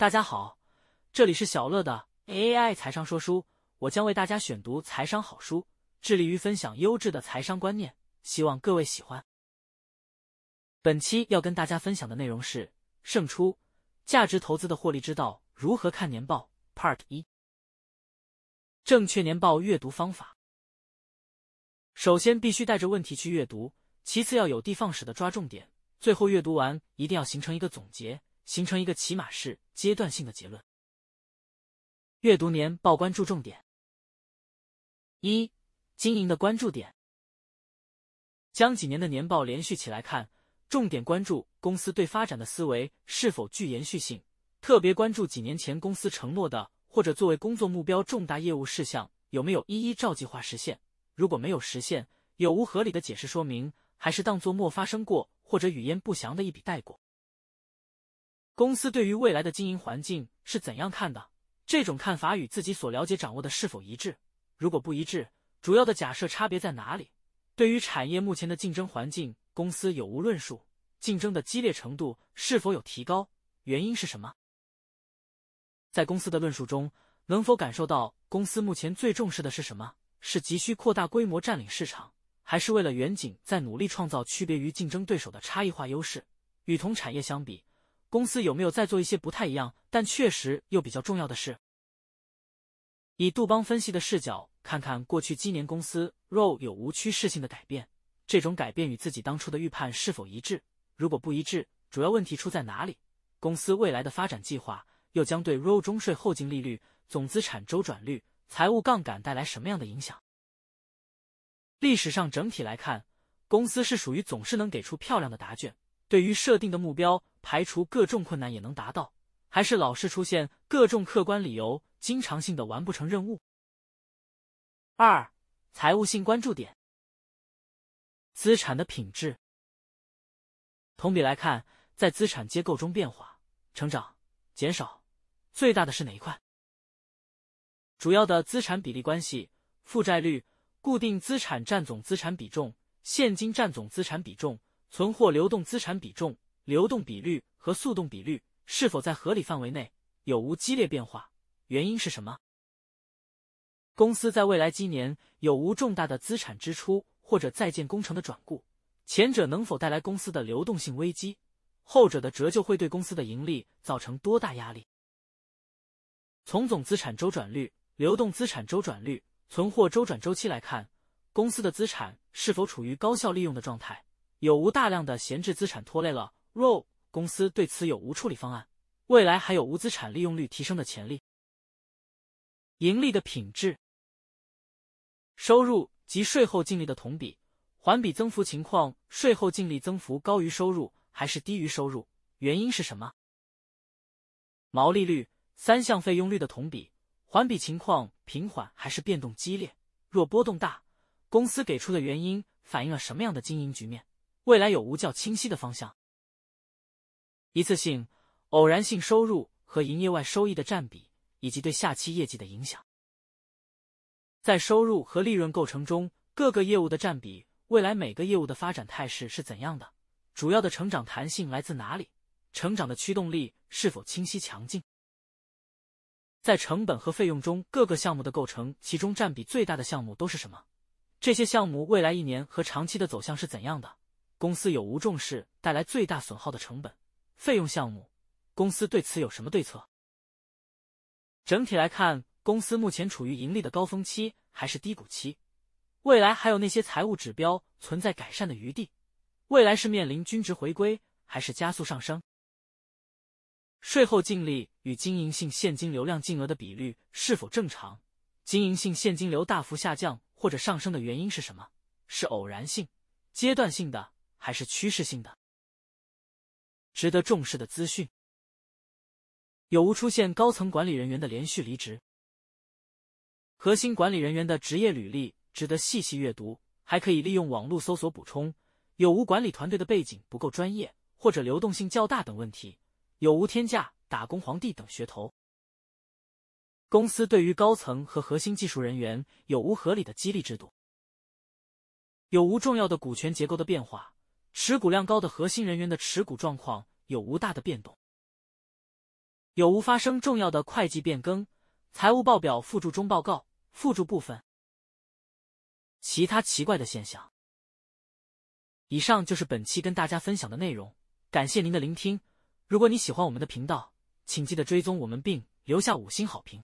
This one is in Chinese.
大家好，这里是小乐的 AI 财商说书，我将为大家选读财商好书，致力于分享优质的财商观念，希望各位喜欢。本期要跟大家分享的内容是胜出价值投资的获利之道，如何看年报 Part 1。正确年报阅读方法。首先必须带着问题去阅读，其次要有的放矢的抓重点，最后阅读完一定要形成一个总结，形成一个起码是阶段性的结论。阅读年报关注重点。1. 经营的关注点。将几年的年报连续起来看，重点关注公司对发展的思维是否具延续性，特别关注几年前公司承诺的或者作为工作目标重大业务事项有没有一一照计划实现，如果没有实现，有无合理的解释说明，还是当作没发生过或者语焉不详的一笔带过。公司对于未来的经营环境是怎样看的？这种看法与自己所了解掌握的是否一致？如果不一致，主要的假设差别在哪里？对于产业目前的竞争环境，公司有无论述？竞争的激烈程度是否有提高？原因是什么？在公司的论述中，能否感受到公司目前最重视的是什么？是急需扩大规模占领市场，还是为了远景在努力创造区别于竞争对手的差异化优势？与同产业相比，公司有没有在做一些不太一样但确实又比较重要的事？以杜邦分析的视角，看看过去今年公司 ROE 有无趋势性的改变，这种改变与自己当初的预判是否一致？如果不一致，主要问题出在哪里？公司未来的发展计划又将对 ROE 中税后净利率、总资产周转率、财务杠杆带来什么样的影响？历史上整体来看，公司是属于总是能给出漂亮的答卷，对于设定的目标排除各种困难也能达到，还是老是出现各种客观理由经常性的完不成任务？ 2. 财务性关注点。资产的品质。同比来看，在资产结构中变化、成长、减少，最大的是哪一块？主要的资产比例关系，负债率、固定资产占总资产比重、现金占总资产比重、存货流动资产比重、流动比率和速动比率是否在合理范围内，有无激烈变化？原因是什么？公司在未来今年有无重大的资产支出或者在建工程的转顾？前者能否带来公司的流动性危机？后者的折旧会对公司的盈利造成多大压力？从总资产周转率、流动资产周转率、存货周转周期来看，公司的资产是否处于高效利用的状态？有无大量的闲置资产拖累了 ROE？ 公司对此有无处理方案？未来还有无资产利用率提升的潜力？盈利的品质。收入及税后净利的同比、环比增幅情况，税后净利增幅高于收入还是低于收入？原因是什么？毛利率、三项费用率的同比、环比情况平缓还是变动激烈？若波动大，公司给出的原因反映了什么样的经营局面？未来有无较清晰的方向？一次性、偶然性收入和营业外收益的占比，以及对下期业绩的影响。在收入和利润构成中，各个业务的占比，未来每个业务的发展态势是怎样的？主要的成长弹性来自哪里？成长的驱动力是否清晰强劲？在成本和费用中，各个项目的构成，其中占比最大的项目都是什么？这些项目未来一年和长期的走向是怎样的？公司有无重视带来最大损耗的成本、费用项目？公司对此有什么对策？整体来看，公司目前处于盈利的高峰期还是低谷期？未来还有那些财务指标存在改善的余地？未来是面临均值回归还是加速上升？税后净利与经营性现金流量净额的比率是否正常？经营性现金流大幅下降或者上升的原因是什么？是偶然性、阶段性的还是趋势性的？值得重视的资讯。有无出现高层管理人员的连续离职？核心管理人员的职业履历值得细细阅读，还可以利用网络搜索补充。有无管理团队的背景不够专业，或者流动性较大等问题？有无天价、打工皇帝等噱头？公司对于高层和核心技术人员有无合理的激励制度？有无重要的股权结构的变化？持股量高的核心人员的持股状况有无大的变动？ 有无发生重要的会计变更？财务报表附注中报告附注部分。其他奇怪的现象。以上就是本期跟大家分享的内容，感谢您的聆听。如果你喜欢我们的频道，请记得追踪我们并留下5星好评。